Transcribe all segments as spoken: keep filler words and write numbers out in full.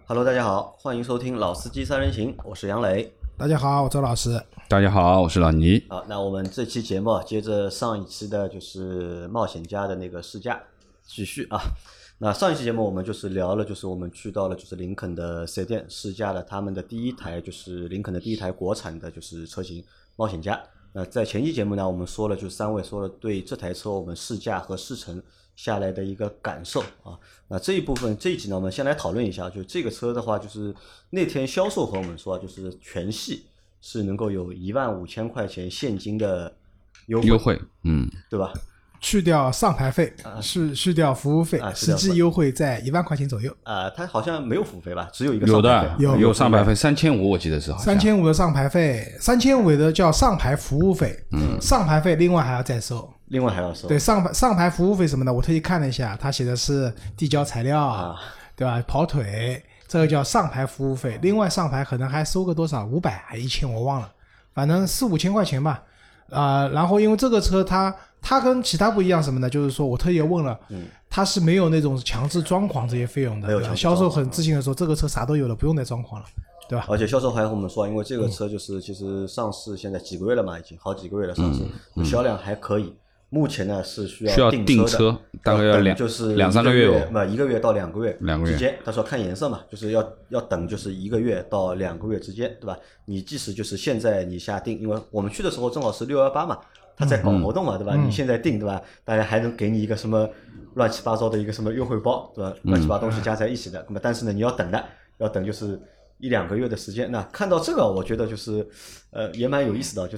Hello， 大家好，欢迎收听老司机三人行，我是杨磊。 大家好，我周老师。 大家好，我是老倪。 好，那我们这期节目接着上一期的就是冒险家的那个试驾继续啊。那上一期节目我们就是聊了，就是我们去到了就是林肯的四 S 店试驾了他们的第一台，就是林肯的第一台国产的就是车型冒险家。那在前期节目呢，我们说了，就是三位说了对这台车我们试驾和试乘下来的一个感受啊。那这一部分这一集呢，我们先来讨论一下，就这个车的话，就是那天销售和我们说，就是全系是能够有一万五千块钱现金的优惠， 优惠，嗯， 对吧？ 去掉上牌费， 啊、 是去掉服务费， 啊、 实际优惠在一万块钱左右。 啊、呃，它好像没有服务费吧？只有一个上牌费。 有的有有上牌费三千五，我记得是三千五的上牌费，三千五的叫上牌服务费，嗯，上牌费另外还要再收。 另外还要收。 对，上牌上牌服务费什么的，我特意看了一下，它写的是递交材料，啊、对吧？跑腿，这个叫上牌服务费。另外上牌可能还收个多少，五百还一千，我忘了，反正四五千块钱吧。啊、呃，然后因为这个车它它跟其他不一样什么呢？就是说我特意问了，嗯，它是没有那种强制装潢这些费用的， 没有强制销售很自信的说这个车啥都有了，不用再装潢了，对吧？ 而且销售还和我们说，因为这个车就是其实上市现在几个月了嘛，已经好几个月了上市，嗯、销量还可以。目前呢是需要订订车，大概要两就是两三个月， 嘛，一个月到两个月两个月之间。他说看颜色嘛，就是要要等，就是一个月到两个月之间，对吧？你即使就是现在你下定，因为我们去的时候正好是六一八嘛，他在搞活动嘛，对吧？ 嗯、 你现在定，对吧？大家还能给你一个什么乱七八糟的一个什么优惠包，对吧？乱七八糟东西加在一起的，那么、嗯、但是呢，你要等的，要等就是一两个月的时间。那看到这个，我觉得就是呃也蛮有意思的，就是。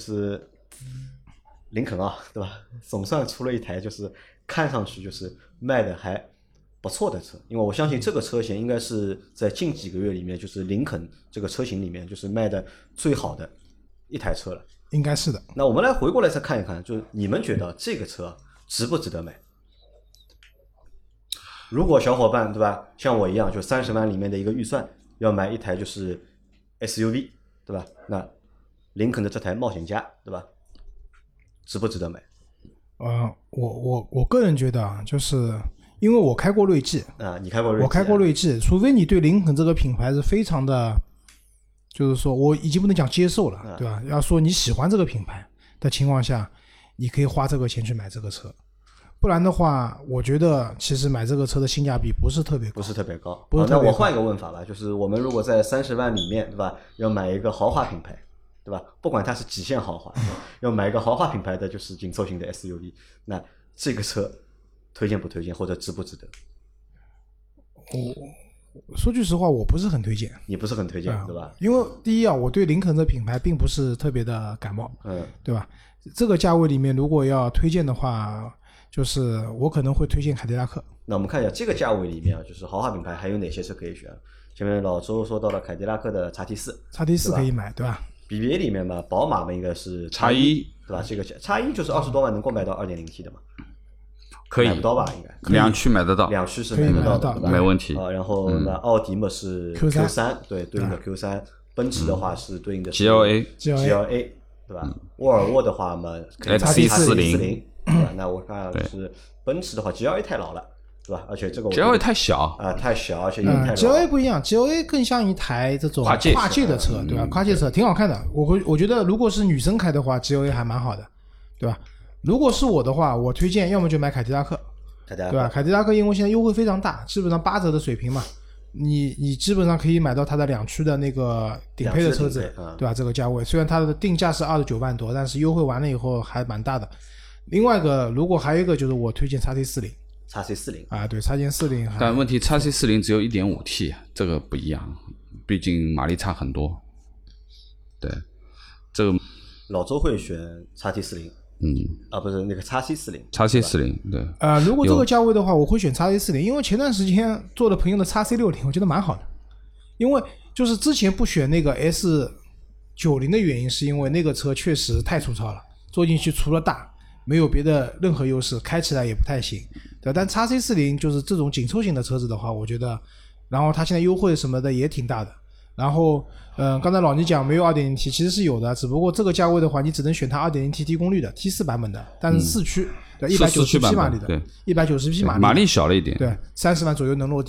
林肯啊，对吧？总算出了一台，就是看上去就是卖的还不错的车，因为我相信这个车型应该是在近几个月里面，就是林肯这个车型里面，就是卖的最好的一台车了。 应该是的。 那我们来回过来再看一看，就是你们觉得这个车值不值得买？如果小伙伴对吧，像我一样，就三十万里面的一个预算，要买一台就是 S U V， 对吧？那林肯的这台冒险家，对吧？值不值得买？ 呃，我我我个人觉得啊，就是因为我开过锐际啊，你开过锐际、啊， 我开过锐际，除非你对林肯这个品牌是非常的，就是说我已经不能讲接受了，啊、对吧？要说你喜欢这个品牌的情况下，你可以花这个钱去买这个车，不然的话，我觉得其实买这个车的性价比不是特别高， 不是特别高。 不是特别高。 那我换一个问法吧，就是我们如果在三十万里面，对吧？要买一个豪华品牌。对吧？不管它是几线豪华，要买一个豪华品牌的就是紧凑型的 S U V， 那这个车推荐不推荐或者值不值得？ 我说句实话，我不是很推荐。 你不是很推荐， 嗯、 对吧？ 因为第一啊，我对林肯这品牌并不是特别的感冒， 嗯， 对吧？这个价位里面，如果要推荐的话，就是我可能会推荐凯迪拉克。 那我们看一下这个价位里面啊，就是豪华品牌还有哪些车可以选？前面老周说到了凯迪拉克的 X T 四 ，X T 四可以买，对吧 ？B B A 里面嘛，宝马嘛应该是 X 一， 对吧？这个 X 一就是二十多万能够买到 二点零 T 的嘛？ 可以买不到吧？应该两驱买得到， 两驱是买得到的， 没问题啊。然后那奥迪嘛是 Q 三，对，对应的 Q 三。奔驰的话是对应的 G L A，G L A， 对吧？沃尔沃的话嘛 X C 四零， 对吧？那我看是奔驰的话 G L A 太老了。对吧？而且这个 G L A 太小啊、呃，太小，而且也太老。 嗯、G L A 不一样 ，G L A 更像一台这种跨界的车，对吧？跨界车挺好看的。我会我觉得，如果是女生开的话 ，G L A 还蛮好的，对吧？如果是我的话，我推荐要么就买凯迪拉克， 凯迪拉克对吧？凯迪拉克因为现在优惠非常大，基本上八折的水平嘛，你你基本上可以买到它的两驱的那个顶配的车子， 嗯、 对吧？这个价位虽然它的定价是二十九万多，但是优惠完了以后还蛮大的。另外一个，如果还有一个就是我推荐 X T 四零。 X C 四零啊，对 ，X C 四零， 但问题 X C 四零只有 一点五 T， 这个不一样，毕竟马力差很多。对，这个老周会选 X T 四零，嗯，啊，不是那个 X C 四零 ，X C 四零，对。 呃，如果这个价位的话，我会选 X C 四零，因为前段时间做了朋友的 X C 六零，我觉得蛮好的。因为就是之前不选那个 S 九零的原因，是因为那个车确实太粗糙了，坐进去除了大。没有别的任何优势，开起来也不太行，对吧？但 X C 四零 就是这种紧凑型的车子的话，我觉得，然后它现在优惠什么的也挺大的。然后，嗯、呃，刚才老倪讲没有 二点零 T， 其实是有的，只不过这个价位的话，你只能选它 二点零 T 低功率的 T 四 版本的，但是四驱， 嗯、 对，一百九十匹马力的， 对， 一百九十匹马力， 马力小了一点， 对，三十万左右能落地了。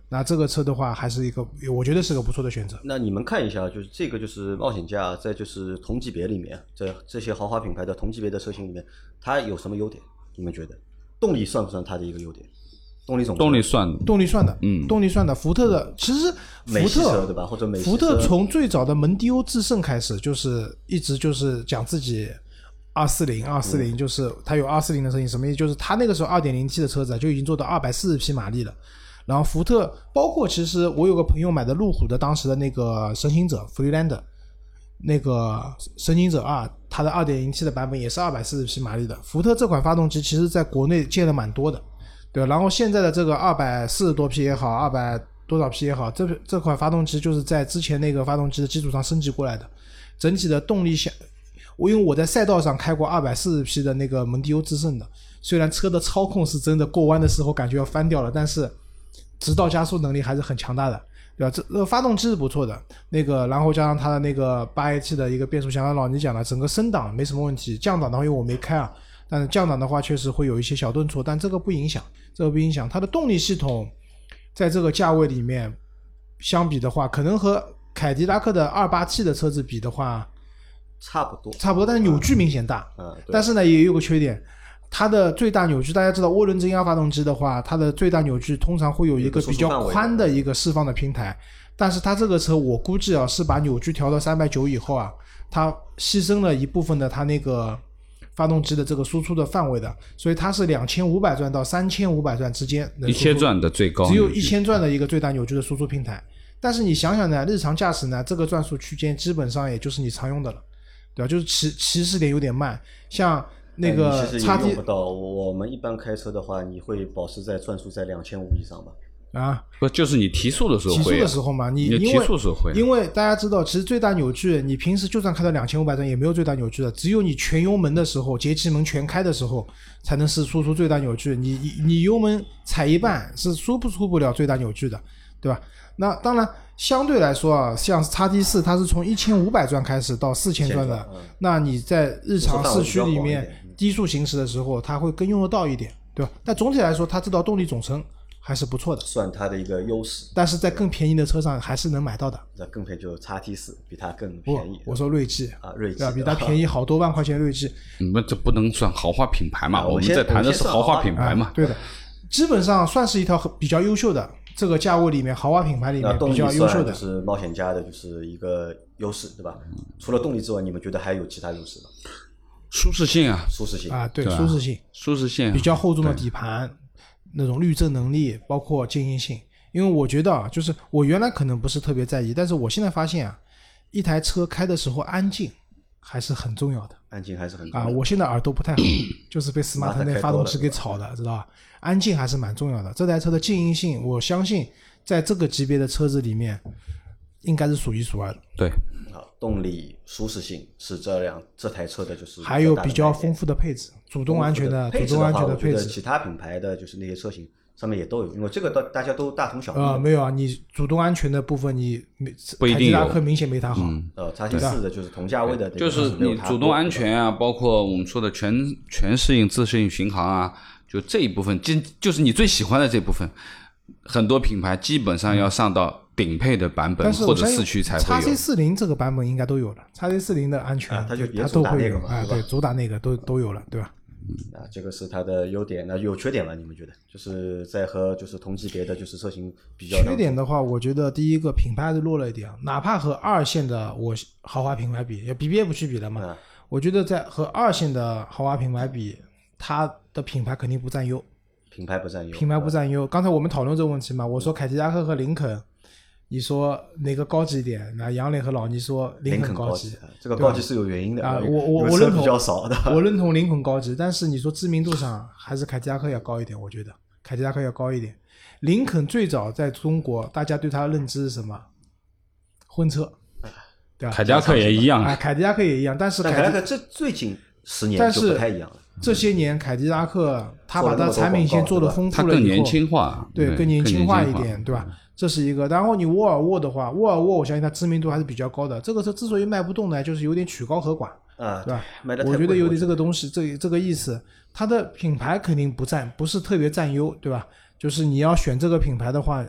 那这个车的话还是一个我觉得是个不错的选择。 那你们看一下，就是这个就是冒险家在就是同级别里面，在这些豪华品牌的同级别的车型里面，它有什么优点？你们觉得动力算不算它的一个优点？动力总动力算动力算的， 嗯， 动力算的。福特的其实美系福特车对吧？或者美系车福特从最早的蒙迪欧致胜开始，就是一直就是讲自己二四零二四零，就是它有二四零的车型，什么意思？就是它那个时候 二点零 T 的车子就已经做到二百四十匹马力了。然后福特包括其实我有个朋友买的路虎的当时的那个神行者 Freelander， 那个神行者二，它的 二点零 T 的版本也是二百四十匹马力的。福特这款发动机其实在国内建了蛮多的，对吧？然后现在的这个二百四十多匹也好，二百多少匹也好，这这款发动机就是在之前那个发动机的基础上升级过来的，整体的动力相，我因为我在赛道上开过二百四十匹的那个蒙迪欧致胜的，虽然车的操控是真的过弯的时候感觉要翻掉了，但是直道加速能力还是很强大的，对吧？这这个发动机是不错的，那个然后加上它的那个 八 A T 的一个变速箱，老倪讲了，整个升档没什么问题，降档的话因为我没开啊，但是降档的话确实会有一些小顿挫，但这个不影响，这个不影响。它的动力系统在这个价位里面相比的话，可能和凯迪拉克的 二八 T 的车子比的话差不多， 差不多，但是扭矩明显大。 嗯，对。 但是呢，也有个缺点，它的最大扭矩，大家知道涡轮增压发动机的话，它的最大扭矩通常会有一个比较宽的一个释放的平台，但是它这个车我估计啊，是把扭矩调到三百九以后啊，它牺牲了一部分的它那个发动机的这个输出的范围的，所以它是两千五百转到三千五百转之间能输出， 一千转的最高， 只有一千转的一个最大扭矩的输出平台。但是你想想呢，日常驾驶呢，这个转速区间基本上也就是你常用的了，对吧？就是起起始点有点慢，像那个其实也用不到。我们一般开车的话，你会保持在转速在两千五以上吧？ 啊， 不就是你提速的时候会、啊？ 提速的时候嘛，你你提速时候会、啊， 因为大家知道，其实最大扭矩，你平时就算开到两千五百转也没有最大扭矩的，只有你全油门的时候，节气门全开的时候，才能是输出最大扭矩。你你油门踩一半是输不出不了最大扭矩的，对吧？那当然，相对来说啊，像 X T 四 它是从一千五百转开始到四千转的，嗯、那你在日常市区里面低速行驶的时候，它会更用得到一点，对吧？但总体来说，它这套动力总成还是不错的， 算它的一个优势。 但是在更便宜的车上还是能买到的。 那更便宜就 X T 四 比它更便宜。 我说锐际啊，锐际比它便宜好多万块钱锐际。 你们这不能算豪华品牌嘛？ 啊、 我们在谈的是豪华品牌嘛？ 啊、对的，基本上算是一条比较优秀的。这个价位里面，豪华品牌里面比较优秀的， 就是冒险家的，就是一个优势，对吧？除了动力之外，你们觉得还有其他优势吗？ 舒适性啊， 舒适性啊，对， 对舒适性， 舒适性， 比较厚重的底盘，那种滤震能力，包括静音性。因为我觉得啊，就是我原来可能不是特别在意，但是我现在发现啊，一台车开的时候安静还是很重要的。 安静还是很重要的啊！我现在耳朵不太好，就是被 smart 那发动机给吵的，知道吧？安静还是蛮重要的。这台车的静音性，我相信在这个级别的车子里面，应该是数一数二的。 对， 啊，动力、舒适性是这辆这台车的就是还有比较丰富的配置，主动安全的主动安全的配置。 其他品牌的就是那些车型上面也都有，因为这个大大家都大同小异。 呃，没有啊，你主动安全的部分你不一定有， 凯迪拉克明显没它好。 嗯、 呃 ，X T 四 的就是同价位的， 就是你主动安全啊，包括我们说的全全适应、自适应巡航啊，就这一部分，就就是你最喜欢的这部分，很多品牌基本上要上到顶配的版本、嗯、或者四驱才会有。 X C 四十 这个版本应该都有了 ，X C 四十 的安全， 啊、它就它都会有啊， 对，主打那个都都有了，对吧？ 啊，这个是它的优点。那有缺点吗？你们觉得？就是在和就是同级别的就是车型比较。 缺点的话，我觉得第一个品牌还是弱了一点，哪怕和二线的我豪华品牌比，也比也不去比了嘛。嗯、我觉得在和二线的豪华品牌比，它的品牌肯定不占优。 品牌不占优。 品牌不占优。刚才我们讨论这个问题嘛，我说凯迪拉克和林肯。你说哪个高级一点？那杨磊和老倪说林肯高级， 这个高级是有原因的啊。我我我认同， 比较少的， 我认同林肯高级，但是你说知名度上还是凯迪拉克要高一点，我觉得凯迪拉克要高一点。林肯最早在中国，大家对它的认知是什么？婚车，对吧？ 凯迪拉克也一样啊，凯迪拉克也一样，但是凯迪拉克这最近十年就不太一样了。 这些年凯迪拉克他把它产品线做得丰富了以后， 它更年轻化， 对，更年轻化一点，对吧？这是一个。然后你沃尔沃的话，沃尔沃我相信它知名度还是比较高的。这个车之所以卖不动呢，就是有点曲高和寡， 啊， 对吧？ 卖得我觉得有点这个东西，这这个意思。它的品牌肯定不占，不是特别占优，对吧？就是你要选这个品牌的话，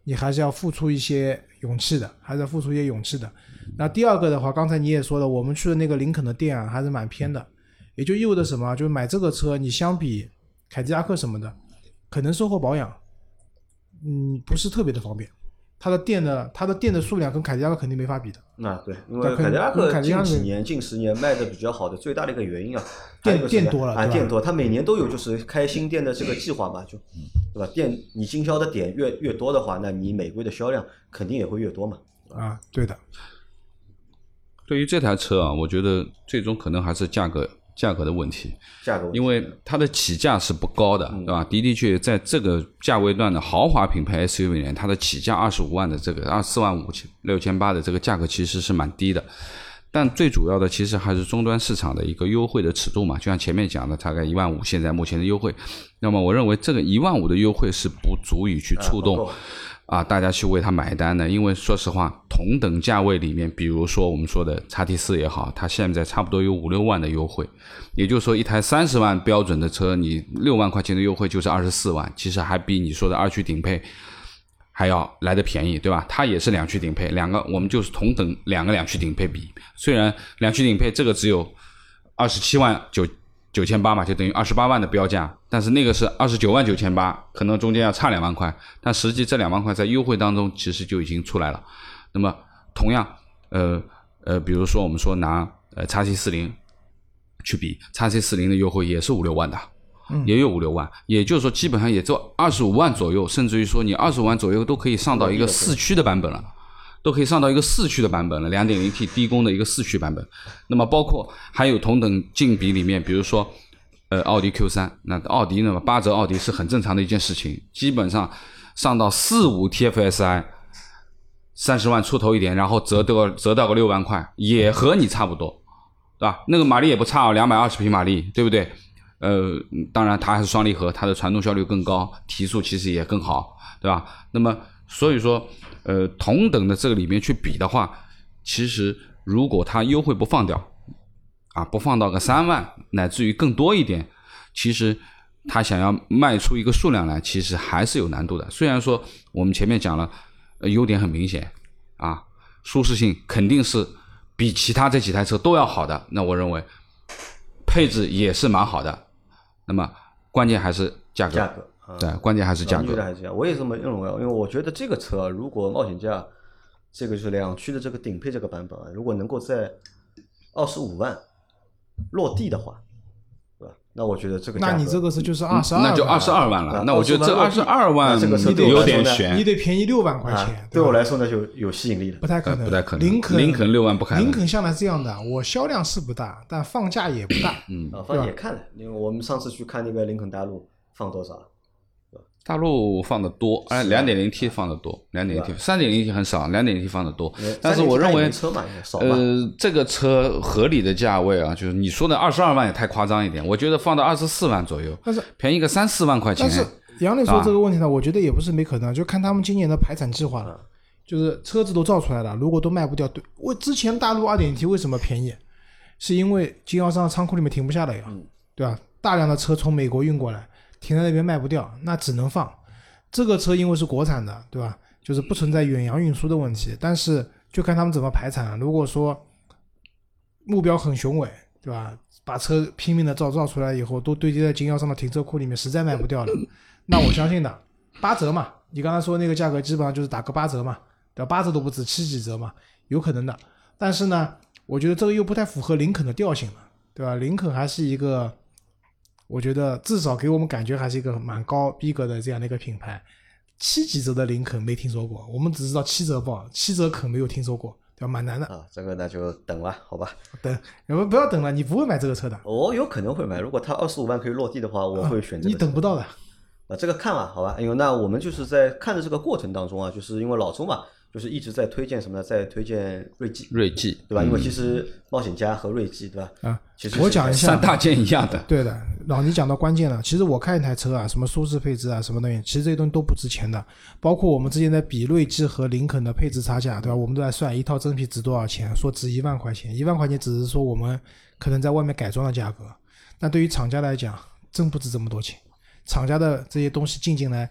你还是要付出一些勇气的，还是要付出一些勇气的。那第二个的话，刚才你也说了，我们去的那个林肯的店啊，还是蛮偏的，也就意味着什么？就是买这个车，你相比凯迪拉克什么的，可能售后保养，嗯，不是特别的方便。它的店的它的店的数量跟凯迪拉克肯定没法比的。 那、啊、对，因为凯迪拉克近几年近十年卖的比较好的最大的一个原因啊， 店店多了啊，店多，它每年都有就是开新店的这个计划嘛，就对吧？店你经销的点越越多的话，那你每个月的销量肯定也会越多嘛。 啊，对的。 对于这台车啊，我觉得最终可能还是价格。价格的问题， 价格问题， 因为它的起价是不高的，嗯、对吧？的的确在这个价位段的豪华品牌 S U V 里面，它的起价二十五万的这个二十四万五千六千八的这个价格其实是蛮低的，但最主要的其实还是终端市场的一个优惠的尺度嘛，就像前面讲的，大概一万五，现在目前的优惠，那么我认为这个一万五的优惠是不足以去触动。啊啊，大家去为它买单的，因为说实话，同等价位里面，比如说我们说的 X T 四 也好，它现在差不多有五六万的优惠，也就是说，一台三十万标准的车，你六万块钱的优惠就是二十四万，其实还比你说的二驱顶配还要来得便宜，对吧？它也是两驱顶配，两个我们就是同等两个两驱顶配比，虽然两驱顶配这个只有二十七万九。九千八嘛，就等于二十八万的标价，但是那个是二十九万九千八，可能中间要差两万块，但实际这两万块在优惠当中其实就已经出来了。那么同样，呃呃，比如说我们说拿呃 X C 四十 去比 ，X C 四十 的优惠也是五六万的，嗯、也有五六万，也就是说基本上也就二十五万左右，甚至于说你二十五万左右都可以上到一个四驱的版本了。都可以上到一个四驱的版本了 ，二点零 T 低功的一个四驱版本。那么包括还有同等竞比里面，比如说呃奥迪 Q 三， 那奥迪呢八折奥迪是很正常的一件事情，基本上上到四十五 T F S I 三十万出头一点，然后折到折到个六万块，也和你差不多，对吧？那个马力也不差哦，两百二十匹马力，对不对？呃，当然它还是双离合，它的传动效率更高，提速其实也更好，对吧？那么所以说呃，同等的这个里面去比的话，其实如果它优惠不放掉啊，不放到个三万乃至于更多一点，其实它想要卖出一个数量来，其实还是有难度的。虽然说我们前面讲了，呃、优点很明显啊，舒适性肯定是比其他这几台车都要好的，那我认为配置也是蛮好的，那么关键还是价格。 价格对，关键还是价格。 还是我也这么认为，因为我觉得这个车如果冒险家这个就是两驱的这个顶配这个版本啊，如果能够在二十五万落地的话，对吧？那我觉得这个价格， 那你这个是就是二十二， 那就二十二万了。那我觉得这二十二万这个车有点悬， 你得便宜六万块钱。 啊、对我来说呢，就有吸引力了。 不太可能， 不太可能。 林肯林肯六万不可能。 林肯向来是这样的，我销量是不大，但放价也不大。 嗯， 啊，放也看了，因为我们上次去看那个林肯大陆放多少？ 大陆放的多，哎，两点零 T 放的多，两点零 T， 三点零 T 很少，两点零 T 放的多。但是我认为，呃，这个车合理的价位啊，就是你说的二十二万也太夸张一点，我觉得放到二十四万左右， 但是便宜个三四万块钱。 但是杨磊说这个问题呢，我觉得也不是没可能，就看他们今年的排产计划了，就是车子都造出来了，如果都卖不掉，对，我之前大陆 二点零 T 为什么便宜？是因为经销商仓库里面停不下来呀，对吧？大量的车从美国运过来。停在那边卖不掉，那只能放。这个车因为是国产的，对吧？就是不存在远洋运输的问题，但是就看他们怎么排产。如果说目标很雄伟，对吧？把车拼命的造造出来以后，都堆积在经销商的停车库里面，实在卖不掉了，那我相信的，八折嘛。你刚才说那个价格基本上就是打个八折嘛，对吧？八折都不止，七几折嘛，有可能的。但是呢，我觉得这个又不太符合林肯的调性了，对吧？林肯还是一个。我觉得至少给我们感觉还是一个蛮高逼格的这样的一个品牌，七几折的林肯没听说过，我们只知道七折豹，七折肯没有听说过，对吧？蛮难的啊。这个那就等吧，好吧。 等，要不不要等了，你不会买这个车的。 我有可能会买，如果它二十五万可以落地的话，我会选择、啊。 你等不到的。 啊，这个看吧，好吧。因为那我们就是在看的这个过程当中啊，就是因为老周嘛。就是一直在推荐什么呢？在推荐锐际， 锐际对吧？因为其实冒险家和锐际，对吧？ 啊， 其实我讲一下三大件一样的。 对的，然后你讲到关键了。其实我看一台车啊，什么舒适配置啊，什么东西，其实这些东西都不值钱的。包括我们之前在比锐际和林肯的配置差价，对吧？我们都在算一套真皮值多少钱，说值一万块钱，一万块钱只是说我们可能在外面改装的价格，但对于厂家来讲，真不值这么多钱。厂家的这些东西进进来。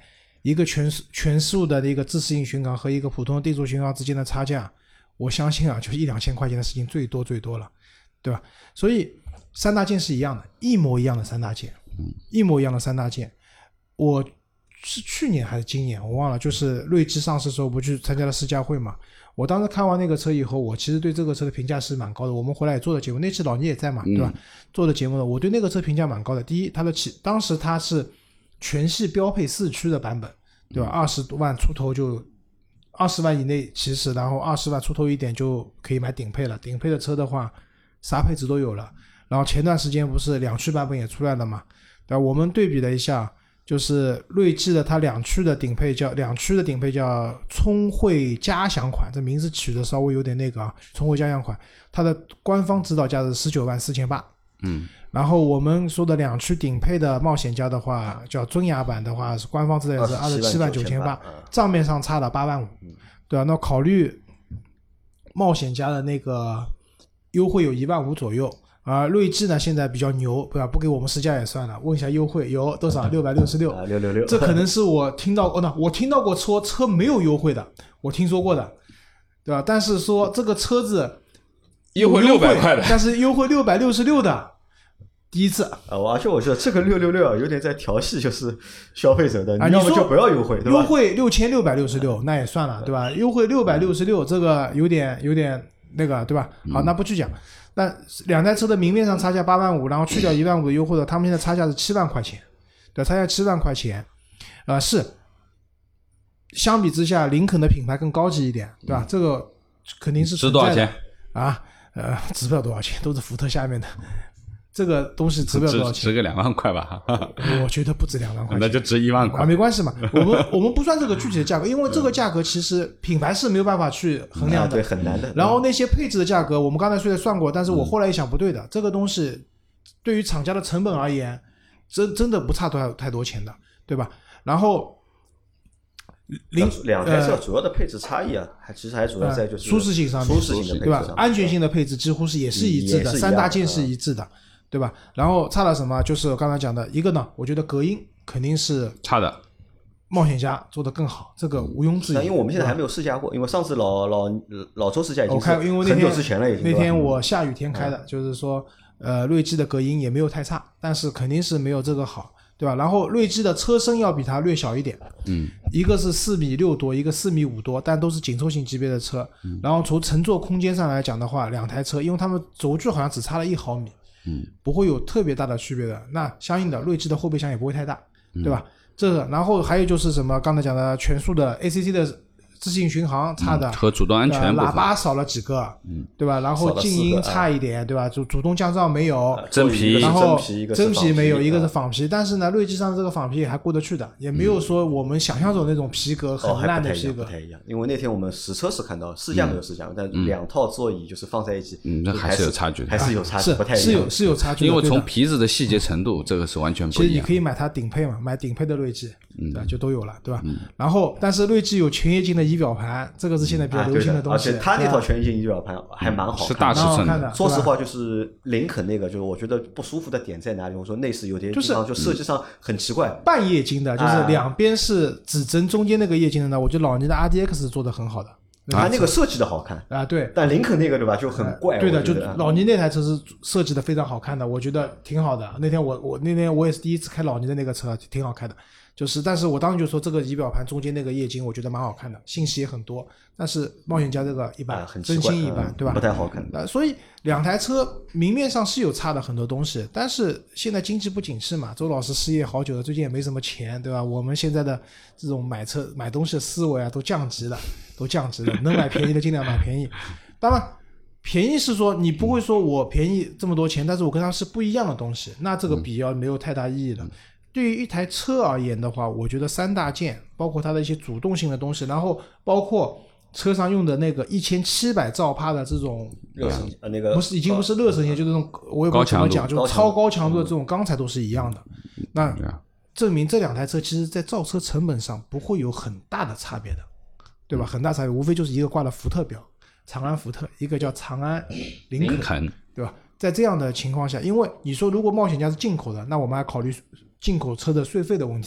一个全全速的一个自适应巡航和一个普通的定速巡航之间的差价，我相信啊，就是一两千块钱的事情最多最多了，对吧？所以三大件是一样的，一模一样的三大件，一模一样的三大件。我是去年还是今年我忘了，就是锐志上市的时候不去参加了试驾会嘛，我当时看完那个车以后，我其实对这个车的评价是蛮高的，我们回来也做的节目，那次老倪也在嘛，对吧？做的节目呢，我对那个车评价蛮高的。第一，它的起当时它是全系标配四驱的版本，对吧？二十万出头就二十万以内起始，然后二十万出头一点就可以买顶配了。顶配的车的话，啥配置都有了。然后前段时间不是两驱版本也出来了嘛？对吧？我们对比了一下，就是锐志的它两驱的顶配叫两驱的顶配叫聪慧嘉享款，这名字取的稍微有点那个啊，聪慧嘉享款，它的官方指导价是十九万四千八。 嗯。 然后我们说的两驱顶配的冒险家的话，叫尊雅版的话，是官方指导是二十七万九千八，账面上差了八万五，对吧？那考虑冒险家的那个优惠有一万五左右，而锐志呢现在比较牛，对吧？不给我们试驾也算了，问一下优惠有多少？六百六十六， 六六六， 这可能是我听到过的，我听到过车车没有优惠的，我听说过的，对吧？但是说这个车子优惠六百块的， 但是优惠六百六十六的。第一次啊，而且我觉得这个六六六有点在调戏，就是消费者的，你要么就不要优惠，对吧？ 优惠六千六百六十六，那也算了，对吧？优惠六百六十六，这个有点有点那个，对吧？好，那不去讲。那两台车的明面上差价八万五，然后去掉一万五的优惠的，他们现在差价是七万块钱，对，差价七万块钱，呃，是相比之下，林肯的品牌更高级一点，对吧？这个肯定是值多少钱啊？呃，值不了多少钱，都是福特下面的。这个东西值不了多少钱？ 值个两万块吧。 我觉得不止两万块钱， 那就值一万块啊，没关系嘛。我们我们不算这个具体的价格，因为这个价格其实品牌是没有办法去衡量的， 对，很难的。 然后那些配置的价格，我们刚才虽然算过，但是我后来一想不对的，这个东西对于厂家的成本而言，真真的不差多太多钱的，对吧？然后。 两两台车主要的配置差异啊，还其实还主要在就是舒适性上面， 舒适性的配置对吧？安全性的配置几乎是也是一致的，三大件是一致的，对吧？然后差了什么？就是我刚才讲的一个呢，我觉得隔音肯定是差的， 冒险家做得更好，这个毋庸置疑。 因为我们现在还没有试驾过，因为上次老老老周试驾已经我开，因为那很久之前了，已经。 那天我下雨天开的，就是说，呃，锐志的隔音也没有太差，但是肯定是没有这个好。对吧？然后锐志的车身要比它略小一点， 嗯， 一个是四米六多，一个四米五多，但都是紧凑型级别的车。嗯、然后从乘坐空间上来讲的话，两台车，因为它们轴距好像只差了一毫米， 嗯， 不会有特别大的区别的。那相应的，锐志的后备箱也不会太大，对吧？嗯、这个，然后还有就是什么？刚才讲的全速的 A C C 的自适应巡航差的、 嗯、和主动安全部分， 喇叭少了几个， 嗯， 对吧？然后静音差一点，对吧？主主动降噪没有， 真皮， 然后真皮没有，一个是仿皮，但是呢，锐志上这个仿皮也还过得去的，也没有说我们想象中那种皮革很烂的皮革， 不太一样。因为那天我们实车是看到试驾没有试驾，但两套座椅就是放在一起， 嗯，那还是有差距的， 还是有差距，不太一样， 是有是有差距的， 因为从皮子的细节程度，这个是完全不一样。 其实你可以买它顶配嘛，买顶配的锐志， 嗯， 对吧？就都有了，对吧？然后，但是锐志有全液晶的仪表盘，这个是现在比较流行的东西， 而且它那套全液晶仪表盘还蛮好看， 是大尺寸的。 说实话，就是林肯那个，就是我觉得不舒服的点在哪里？我说内饰有点地方就设计上很奇怪， 半液晶的，就是两边是指针，中间那个液晶的呢，我觉得老倪的 R D X 做的很好的。 它那个设计的好看啊，对， 但林肯那个对吧就很怪。 对的，就老倪那台车是设计的非常好看的，我觉得挺好的。那天我我那天我也是第一次开老倪的那个车，挺好开的。就是，但是我当时就说这个仪表盘中间那个液晶，我觉得蛮好看的，信息也很多。但是冒险家这个一般， 啊、 真心一般， 嗯、 对吧？ 不太好看。 呃，所以两台车明面上是有差的很多东西，但是现在经济不景气嘛，周老师失业好久了，最近也没什么钱，对吧？我们现在的这种买车买东西的思维啊，都降级了，都降级了，能买便宜的尽量买便宜。当然，便宜是说你不会说我便宜这么多钱，但是我跟它是不一样的东西，那这个比较没有太大意义的。嗯对于一台车而言的话，我觉得三大件包括它的一些主动性的东西，然后包括车上用的那个一千七百兆帕的这种热成呃那个不是已经不是热成线，就是那种我也不知道怎么讲，就是超高强度的这种钢材都是一样的。那证明这两台车其实在造车成本上不会有很大的差别的，对吧？很大差别，无非就是一个挂了福特标，长安福特，一个叫长安林肯， 肯对吧？在这样的情况下，因为你说如果冒险家是进口的，那我们还考虑进口车的税费的问题，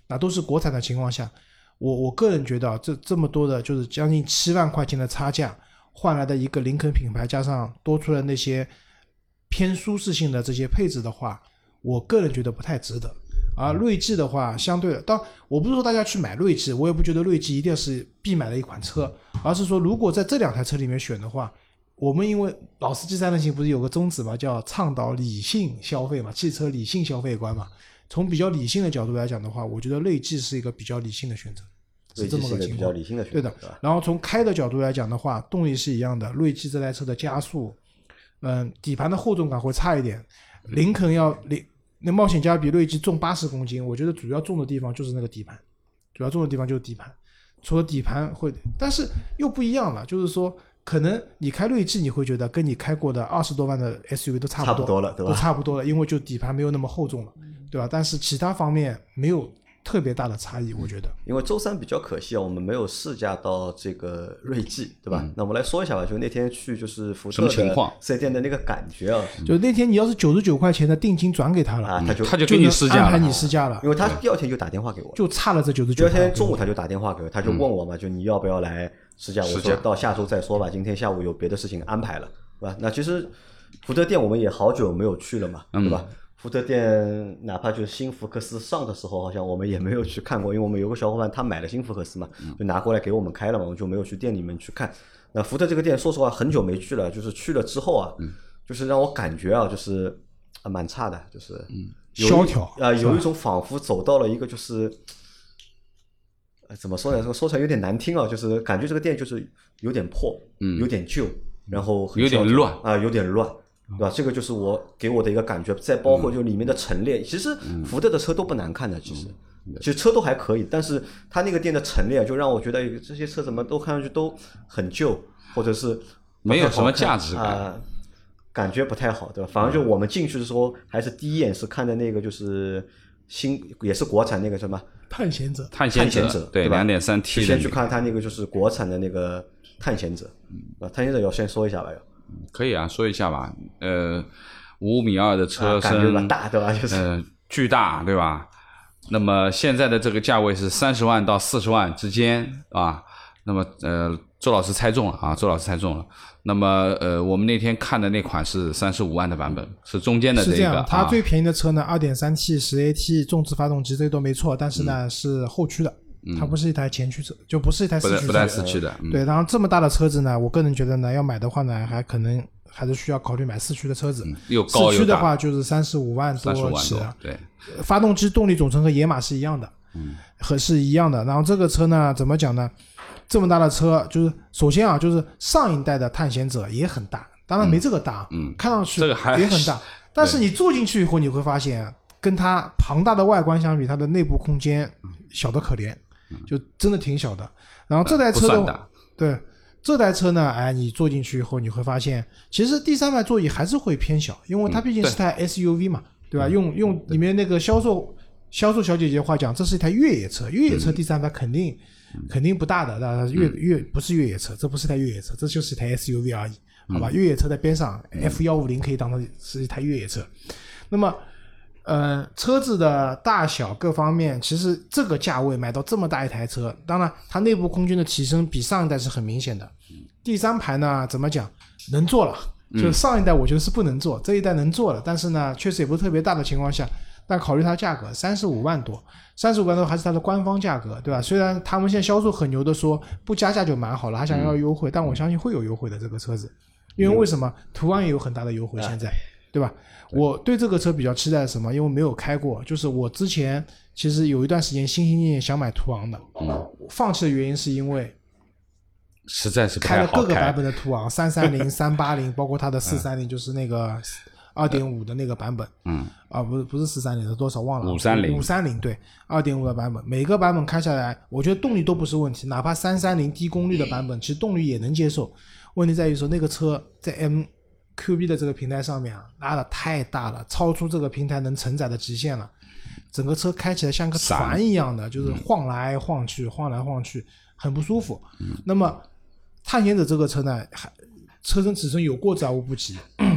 那都是国产的情况下，我我个人觉得这这么多的就是将近七万块钱的差价换来的一个林肯品牌，加上多出了那些偏舒适性的这些配置的话，我个人觉得不太值得。而锐际的话，相对的，当我不是说大家去买锐际，我也不觉得锐际一定是必买的一款车，而是说如果在这两台车里面选的话，我们因为老司机三人行不是有个宗旨嘛，叫倡导理性消费嘛，汽车理性消费观嘛。从比较理性的角度来讲的话，我觉得锐际是一个比较理性的选择，是这么个情况。 比较理性的选择， 对的。然后从开的角度来讲的话，动力是一样的，锐际这台车的加速，嗯，底盘的厚重感会差一点。林肯要林那冒险家比锐际重八十公斤，我觉得主要重的地方就是那个底盘，主要重的地方就是底盘。除了底盘会，但是又不一样了，就是说可能你开锐际你会觉得跟你开过的二十多万的 S U V 都差不多， 差不多了，对吧？ 都差不多了，因为就底盘没有那么厚重了，对吧？但是其他方面没有特别大的差异，我觉得。 因为周三比较可惜啊，我们没有试驾到这个锐际，对吧？嗯、那我们来说一下吧，就那天去就是福特的四 S 店的那个感觉啊。 就那天你要是九十九块钱的定金转给他了， 啊、他就他就给你试驾了， 安排你试驾了。 因为他第二天就打电话给我， 就差了这九十九。 第二天中午他就打电话给我，他就问我嘛，嗯、就你要不要来试驾？我说到下周再说吧，今天下午有别的事情安排了，对吧？那其实福特店我们也好久没有去了嘛，对吧？嗯福特店哪怕就是新福克斯上的时候，好像我们也没有去看过，因为我们有个小伙伴他买了新福克斯嘛，就拿过来给我们开了嘛，我们就没有去店里面去看。那福特这个店说实话很久没去了，就是去了之后啊，嗯、就是让我感觉啊，就是啊蛮差的，就是萧条啊、呃，有一种仿佛走到了一个就是，呃，怎么说呢？这个说出来有点难听啊，就是感觉这个店就是有点破，嗯，有点旧，然后有点乱啊，有点乱。对吧？这个就是我给我的一个感觉，再包括就里面的陈列，嗯、其实福特的车都不难看的，其实，嗯、其实车都还可以，但是他那个店的陈列就让我觉得这些车怎么都看上去都很旧，或者是没有什么价值感， 呃，感觉不太好，对吧？反正就我们进去的时候，还是第一眼是看的那个就是新也是国产那个什么探险者， 探险者， 对，两点三 T 的， 先去看他那个就是国产的那个探险者，啊，探险者要先说一下吧，要。 可以啊，说一下吧。呃，五米二的车身， 啊、感觉大对吧？就是、 呃、巨大对吧？那么现在的这个价位是三十万到四十万之间啊。那么呃，周老师猜中了啊，周老师猜中了。那么呃，我们那天看的那款是三十五万的版本，是中间的这个。 是这样，它啊、 最便宜的车呢， 二点三 T 十 A T 重置发动机，这都没错，但是呢、嗯、是后驱的。它不是一台前驱车，就不是一台四驱车， 不带四驱的。 嗯、对，然后这么大的车子呢，我个人觉得呢，要买的话呢，还可能还是需要考虑买四驱的车子。 嗯、又高又大。 四驱的话就是三十五万多起， 对。 发动机动力总成和野马是一样的，嗯，和是一样的。然后这个车呢，怎么讲呢？这么大的车，就是首先啊，就是上一代的探险者也很大，当然没这个大， 嗯，嗯看上去也很大，但是你坐进去以后，你会发现，跟它庞大的外观相比，它的内部空间小得可怜。就真的挺小的，然后这台车的，对，这台车呢，哎，你坐进去以后，你会发现，其实第三排座椅还是会偏小，因为它毕竟是台 S U V 嘛，嗯、对吧？用用里面那个销售销售小姐姐话讲，这是一台越野车，越野车第三排肯定、嗯、肯定不大的，那越越不是越野车，这不是台越野车，这就是一台 S U V 而已，好吧？嗯、越野车在边上 ，F 一五零可以当成是一台越野车，那么。呃，车子的大小各方面，其实这个价位买到这么大一台车，当然它内部空间的提升比上一代是很明显的。第三排呢，怎么讲，能坐了，就上一代我觉得是不能坐，嗯、这一代能坐了，但是呢，确实也不是特别大的情况下，但考虑它价格三十五万多，三十五万多还是它的官方价格，对吧？虽然他们现在销售很牛的说不加价就蛮好了，还想要优惠，嗯、但我相信会有优惠的这个车子，因为为什么途安也有很大的优惠现在。对吧？我对这个车比较期待的是什么？因为没有开过，就是我之前其实有一段时间心心念念想买途昂的，嗯，放弃的原因是因为实在是开了各个版本的途昂，三三零、三八零，包括它的四三零，就是那个二点五的那个版本，嗯，啊，不是不是四三零的多少忘了， 五三零， 五三零对，二点五的版本，每个版本开下来，我觉得动力都不是问题，哪怕三三零低功率的版本，其实动力也能接受。问题在于说那个车在 M Q B 的这个平台上面啊，拉的太大了，超出这个平台能承载的极限了。整个车开起来像个船一样的，就是晃来晃去，晃来晃去，很不舒服。嗯、那么探险者这个车呢，还车身尺寸有过之而无不及，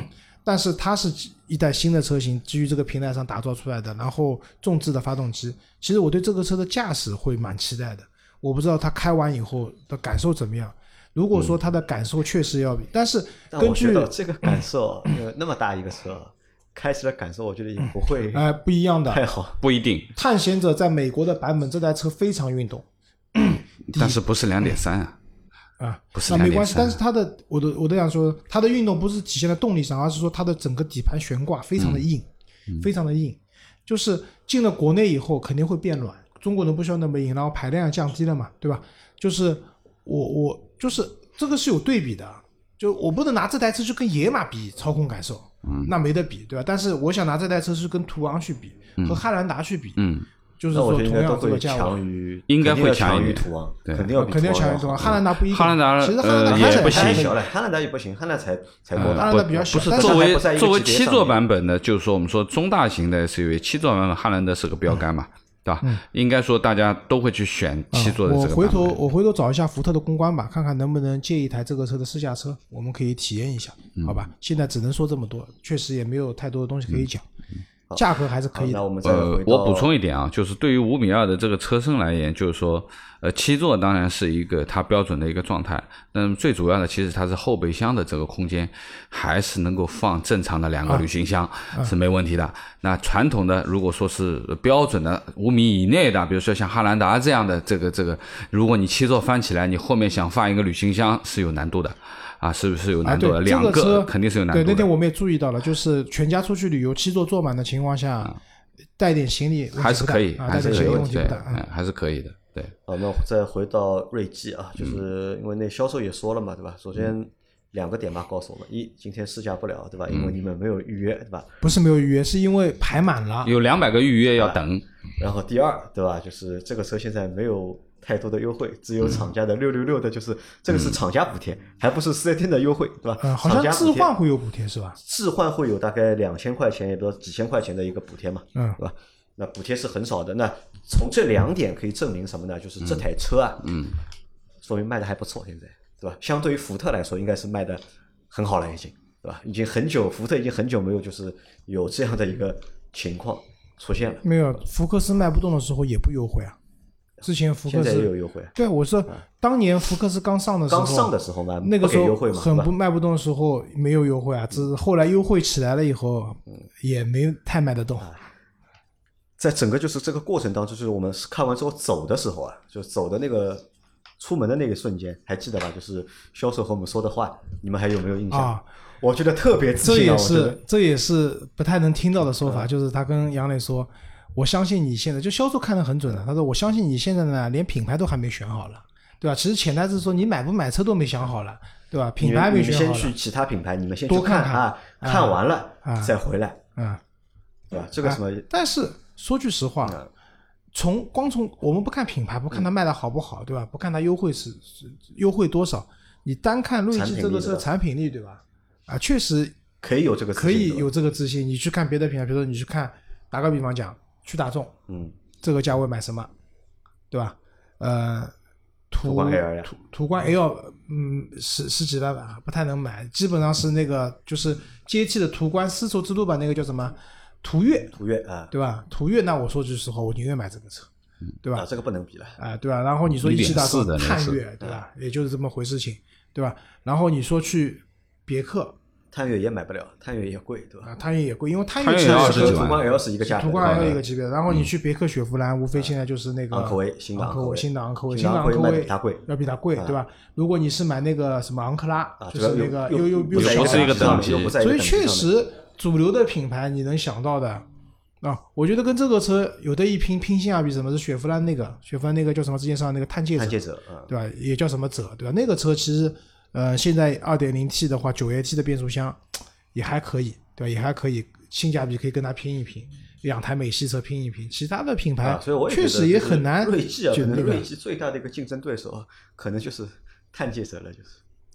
但是它是一代新的车型，基于这个平台上打造出来的，然后重置的发动机。其实我对这个车的驾驶会蛮期待的，我不知道它开完以后的感受怎么样。如果说它的感受确实要比，嗯、但是根据但我觉得这个感受，呃，那么大一个车，开起来感受，我觉得也不会哎、呃、不一样的， 太好， 不一定。 探险者在美国的版本，这台车非常运动， 但是不是两点三啊？ 啊， 不是那没关系， 两点三。 但是它的，我都我都想说，它的运动不是体现在动力上，而是说它的整个底盘悬挂非常的硬，嗯、非常的硬，就是进了国内以后肯定会变软，中国人不需要那么硬，然后排量降低了嘛，对吧？就是我我就是这个是有对比的，就我不能拿这台车去跟野马比操控感受，嗯，那没得比，对吧？但是我想拿这台车是跟途昂去比，和汉兰达去比， 嗯。 就是说同样这个价位， 应该会强于途昂， 对， 肯定要比肯定要强于途昂。汉兰达不一定， 汉兰达其实汉兰达也不行， 小了，汉兰达也不行，汉兰达才才多大， 汉兰达比较小。 不是作为作为七座版本的，就是说我们说中大型的 S U V， 七座版本汉兰达是个标杆嘛，对吧？ 嗯、 应该说大家都会去选七座的这个版本。 我回头我回头找一下福特的公关吧，看看能不能借一台这个车的试驾车，我们可以体验一下，好吧？现在只能说这么多，确实也没有太多的东西可以讲。 嗯价格还是可以的。 那我们再呃，我补充一点啊，就是对于五米二的这个车身来言，就是说，呃，七座当然是一个它标准的一个状态，但最主要的其实它是后备箱的这个空间还是能够放正常的两个旅行箱、啊、是没问题的。啊、那传统的如果说是标准的五米以内的，比如说像汉兰达这样的这个这个，如果你七座翻起来，你后面想放一个旅行箱是有难度的。啊，是不是有难度的？ 啊、 两个肯定是有难度的。 对，那天我们也注意到了，就是全家出去旅游，七座坐满的情况下，嗯、带点行李还是可以， 啊、 还是可以， 对、 嗯，还是可以的。对。 好，那再回到锐际啊，就是因为那销售也说了嘛，对吧？首先两个点吧，告诉我们：一，今天试驾不了，对吧？因为你们没有预约，对吧？ 不是没有预约，是因为排满了， 有两百个预约要等。 然后第二，对吧？就是这个车现在没有太多的优惠，只有厂家的六六六的，就是这个是厂家补贴，嗯、还不是四 S店的优惠，对吧？ 嗯，好像置换会有补贴是吧？ 置换会有大概两千块钱，也不知道几千块钱的一个补贴嘛， 嗯， 对吧？那补贴是很少的。那从这两点可以证明什么呢？就是这台车啊， 嗯， 说明卖的还不错，现在，对吧？相对于福特来说，应该是卖的很好了，已经，对吧？已经很久，福特已经很久没有就是有这样的一个情况出现了。 没有，福克斯卖不动的时候也不优惠啊。之前福克斯现在也有优惠， 对，我说当年福克斯刚上的时候， 刚上的时候嘛， 那个时候很不卖不动的时候没有优惠啊，只是后来优惠起来了以后，也没太卖得动。 在整个就是这个过程当中，就是我们看完之后走的时候啊，就走的那个出门的那个瞬间，还记得吧？就是销售和我们说的话，你们还有没有印象？ 啊， 我觉得特别自信、 啊，这也是这也是不太能听到的说法，嗯、就是他跟杨磊说。我相信你现在就销售看得很准了。他说：“我相信你现在呢，连品牌都还没选好了，对吧？其实潜台词说你买不买车都没想好了，对吧？品牌没选好了。 你们先去其他品牌，你们先去多看看啊，看完了、 啊、 再回来， 啊， 对吧？这个什么？ 啊、但是说句实话，嗯、从光从我们不看品牌，不看它卖的好不好，对吧？不看它优惠是是优惠多少，你单看锐际这个车产品力，对吧？啊，确实可以有这个可以有这个自信。你去看别的品牌，比如说你去看，打个比方讲。”去大众， 嗯， 这个价位买什么，对吧？呃，途观 L 呀， 途途观 L， 嗯，十十几万吧，不太能买，基本上是那个就是接替的途观丝绸之路版那个叫什么途岳， 途岳啊， 对吧？途岳，那我说句实话，我宁愿买这个车，对吧？ 啊，这个不能比了， 啊、呃，对吧？然后你说一汽大众探岳，对吧？也就是这么回事情，对吧？然后你说去别克。 探岳也买不了，探岳也贵，对吧？ 啊，探岳也贵，因为探岳其实跟途观 L 是一个价格， 途观 L 一个级别的。然后你去别克雪佛兰，无非现在就是那个昂科威，新的昂科威，新的昂科威， 新的昂科威比它贵， 要比它贵，对吧？如果你是买那个什么昂克拉，就是那个又又又小不是一个等级， 所以确实主流的品牌你能想到的啊，我觉得跟这个车有的一拼，拼性价比什么是雪佛兰那个，雪佛兰那个叫什么？之前上那个探界者， 探界者， 对吧？也叫什么者，对吧？那个车其实呃，现在 二点零 T 的话，九 A T 的变速箱。也还可以，对吧？也还可以，性价比可以跟它拼一拼，两台美系车拼一拼。其他的品牌确实也很难。 锐际啊，可能锐际最大的一个竞争对手可能就是探界者了，就是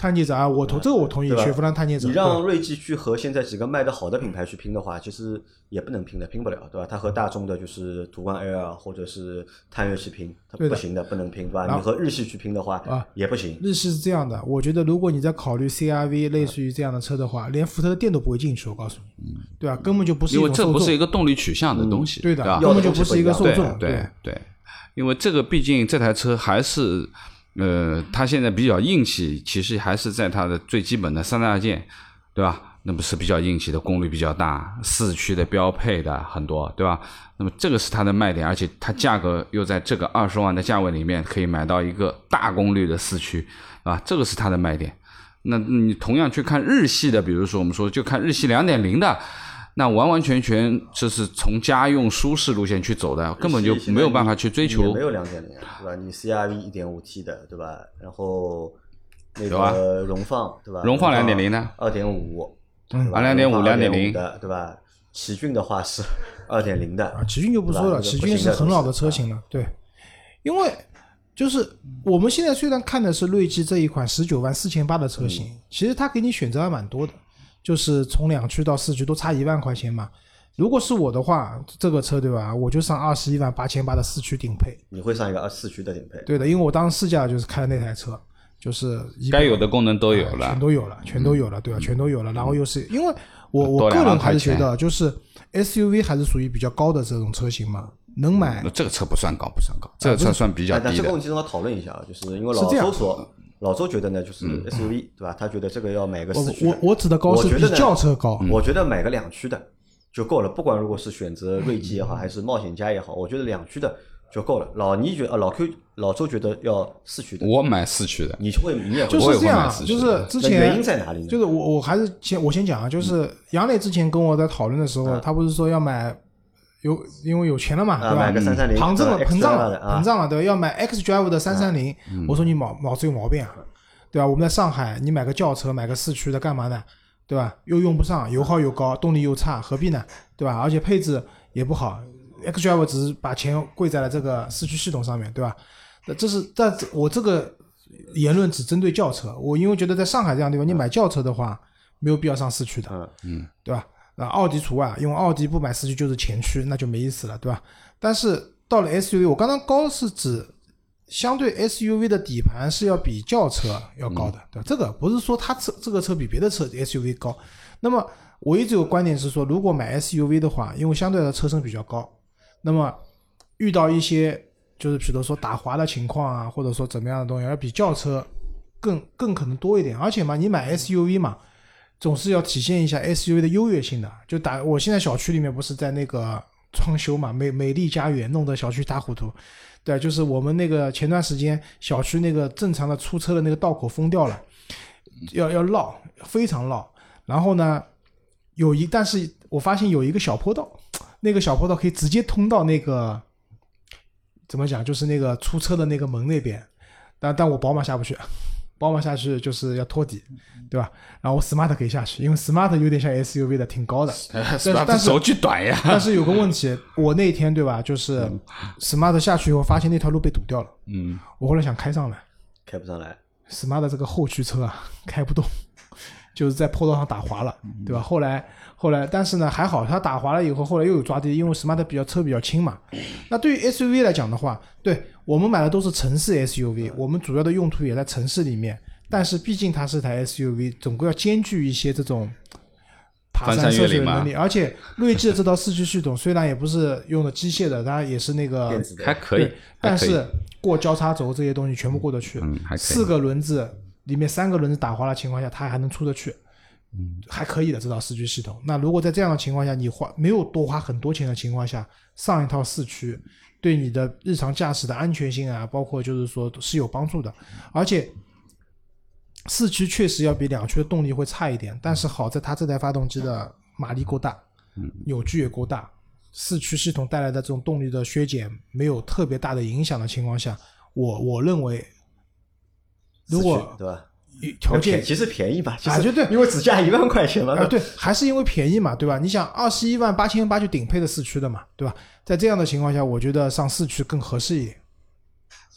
探界者啊，我同这个我同意，雪佛兰探界者。 你让锐际去和现在几个卖的好的品牌去拼的话，其实也不能拼的，拼不了，对吧？它和大众的就是途观 L 或者是探岳去拼，它不行的，不能拼，对吧？你和日系去拼的话，啊，也不行。 日系是这样的，我觉得如果你在考虑 C R V 类似于这样的车的话，连福特的电都不会进去，我告诉你，对吧？根本就不是一种受众， 因为这不是一个动力取向的东西， 嗯、对的， 对根本就不是一个受众， 对对对，因为这个毕竟这台车还是。呃，它现在比较硬气，其实还是在它的最基本的三大件，对吧？那不是比较硬气的，功率比较大，四驱的标配的很多，对吧？那么这个是它的卖点，而且它价格又在这个二十万的价位里面可以买到一个大功率的四驱，啊，这个是它的卖点。那你同样去看日系的，比如说我们说就看日系 两点零 的。那完完全全就是从家用舒适路线去走的，根本就没有办法去追求。 没有 两点零 对吧？你 C R V 一点五 T 的，对吧？然后那个荣放，对吧？ 荣放 两点零 呢二点五， 嗯， 啊 两点五 两点零的，对吧？奇骏的话是 二点零 的， 啊，奇骏就不说了，奇骏是很老的车型了，对。因为就是我们现在虽然看的是锐际这一款十九万四千八的车型，嗯，其实它给你选择还蛮多的。就是从两驱到四驱都差一万块钱嘛。如果是我的话，这个车对吧，我就上二十一万八千八的四驱顶配。 你会上一个二四驱的顶配？ 对的，因为我当时试驾就是开的那台车，就是该有的功能都有了， 全都有了，全都有了，对吧？全都有了。然后又是因为我我个人还是觉得，就是 S U V 还是属于比较高的这种车型嘛，能买。 这个车不算高，不算高，这个车算比较低的。 但这个问题正好讨论一下，就是因为老周说。老周觉得呢，就是 S U V，嗯，对吧？他觉得这个要买个四驱的。 我我指的高是比轿车高。 我觉得买个两驱的就够了，不管如果是选择锐际也好，还是冒险家也好，我觉得两驱的就够了。老倪觉得，老 Q 老周觉得要四驱的。 我买四驱的。 你会你也会就是这样，就是之前原因在哪里呢？ 就是我我还是先我先讲啊，就是杨磊之前跟我在讨论的时候，嗯，他不是说要买。有因为有钱了嘛， 啊， 对吧？ 买个三三零， 膨胀了，膨胀了， 啊， 膨胀了，对吧？要买 X Drive 的三三零，我说你脑脑子有毛病啊，对吧？我们在上海，你买个轿车，买个四驱的干嘛呢？对吧？又用不上，油耗又高，动力又差，何必呢？对吧？而且配置也不好 ，X Drive 只是把钱贵在了这个四驱系统上面，对吧？这是在我这个言论只针对轿车，我因为觉得在上海这样的地方，你买轿车的话，没有必要上四驱的，嗯，对吧？啊，奥迪除外，因为奥迪不买四驱就是前驱，那就没意思了，对吧？但是到了 S U V， 我刚刚高是指相对 S U V 的底盘是要比轿车要高的，对吧？这个不是说它车这个车比别的车 S U V 高。那么我一直有观点是说，如果买 S U V 的话，因为相对的车身比较高，那么遇到一些就是比如说打滑的情况啊，或者说怎么样的东西，要比轿车更更可能多一点。而且嘛，你买 S U V 嘛。总是要体现一下 S U V 的优越性的，就打我现在小区里面不是在那个装修嘛，美美丽家园弄得小区一塌糊涂，对，就是我们那个前段时间小区那个正常的出车的那个道口封掉了，要要绕，非常绕。然后呢，有一但是我发现有一个小坡道，那个小坡道可以直接通到那个怎么讲，就是那个出车的那个门那边，但但我宝马下不去。宝马下去就是要托底，对吧？然后我 Smart 可以下去，因为 Smart 有点像 S U V 的，挺高的。 但是轴距短呀。 但是有个问题，我那天对吧，就是 Smart 下去以后，发现那条路被堵掉了。嗯。我后来想开上来， 开不上来。 Smart 这个后驱车啊，开不动，就是在坡道上打滑了，对吧？后来后来，但是呢还好，它打滑了以后，后来又有抓地，因为 Smart 比较车比较轻嘛。那对于 S U V 来讲的话，对。我们买的都是城市 S U V， 我们主要的用途也在城市里面，但是毕竟它是台 S U V， 总归要兼具一些这种爬山涉水的能力。而且锐际的这套四驱系统虽然也不是用的机械的，它也是那个还可以， 但是过交叉轴这些东西全部过得去。 嗯，还可以。 四个轮子里面三个轮子打滑的情况下，它还能出得去。嗯，还可以的这套四驱系统。那如果在这样的情况下，你花没有多花很多钱的情况下，上一套四驱。对你的日常驾驶的安全性啊，包括就是说是有帮助的。而且四驱确实要比两驱的动力会差一点，但是好在它这台发动机的马力够大，扭矩也够大，四驱系统带来的这种动力的削减没有特别大的影响的情况下，我我认为如果对吧？ 条件其实便宜吧，其实啊，就对， 因为只加一万块钱嘛， 啊，对，还是因为便宜嘛，对吧？你想二十一万八千八就顶配的四驱的嘛，对吧？在这样的情况下，我觉得上四驱更合适一点。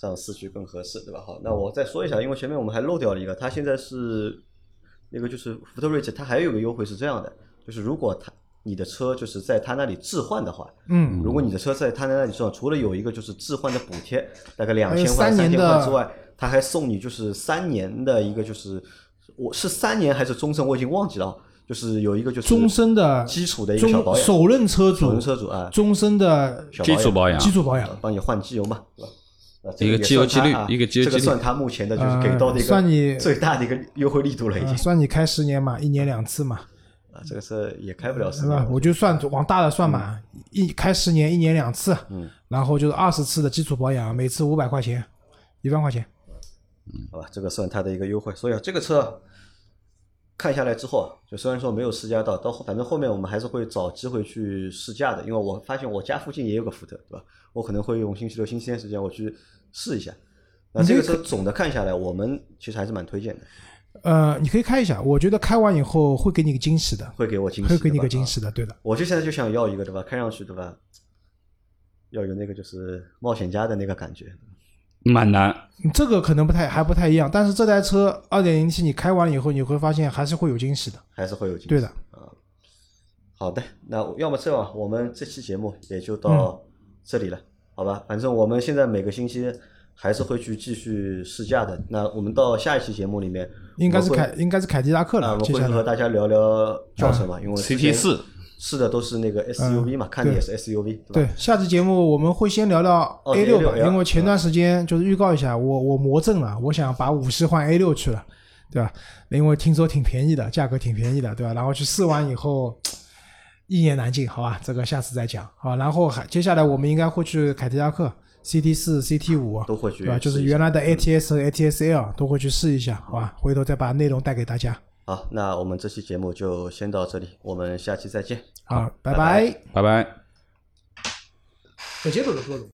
上四驱更合适，对吧？好，那我再说一下，因为前面我们还漏掉了一个，它现在是那个就是福特锐志，它还有一个优惠是这样的，就是如果它你的车就是在他那里置换的话， 嗯， 如果你的车在他那里置换，除了有一个就是置换的补贴，大概两千块、 三千的块之外，他还送你就是三年的一个就是我是三年还是终身，我已经忘记了。就是有一个就是终身的基础的一个小保养， 首任车主， 首任车主啊， 终身的基础保养， 基础保养， 帮你换机油嘛，对吧？ 一个机油机滤，一个机油机滤， 这个算他目前的就是给到的一个算你最大的一个优惠力度了，已经。 算你开十年嘛，一年两次嘛。 啊，这个车也开不了十年，是吧？我就算往大的算嘛，一开十年，一年两次， 嗯， 然后就是二十次的基础保养，每次五百块钱，一万块钱。 嗯，好吧，这个算它的一个优惠。所以这个车看下来之后，就虽然说没有试驾到，到反正后面我们还是会找机会去试驾的，因为我发现我家附近也有个福特，对吧？我可能会用星期六、星期天时间我去试一下。那这个车总的看下来，我们其实还是蛮推荐的。 呃，你可以开一下，我觉得开完以后会给你个惊喜的， 会给我惊喜， 会给你个惊喜的，对的。 我就现在就想要一个，对吧？开上去，对吧？要有那个就是冒险家的那个感觉。 蛮难， 这个可能不太还不太一样，但是这台车 二点零 T 你开完以后，你会发现还是会有惊喜的， 还是会有惊喜。 对的啊。好的，那要么这样，我们这期节目也就到这里了，嗯、好吧？反正我们现在每个星期还是会去继续试驾的。那我们到下一期节目里面， 应该是凯应该是凯迪拉克了， 啊、我们会和大家聊聊轿车嘛，啊、因为 C T 四。 试的都是那个 S U V 嘛，嗯、看的也是 S U V， 对吧？ 对，下期节目我们会先聊聊 A 六吧，因为前段时间就是预告一下，我我魔怔了，我想把五系换 A 六去了，对吧？因为听说挺便宜的，价格挺便宜的，对吧？然后去试完以后一言难尽，好吧？这个下次再讲，好。然后还接下来我们应该会去凯迪拉克 C T 四、C T 五都会去， 对吧？就是原来的 A T S 和 A T S L 都会去试一下，好吧？回头再把内容带给大家。 好，那我们这期节目就先到这里，我们下期再见。 好，拜拜， 拜拜。 再见，多多多多。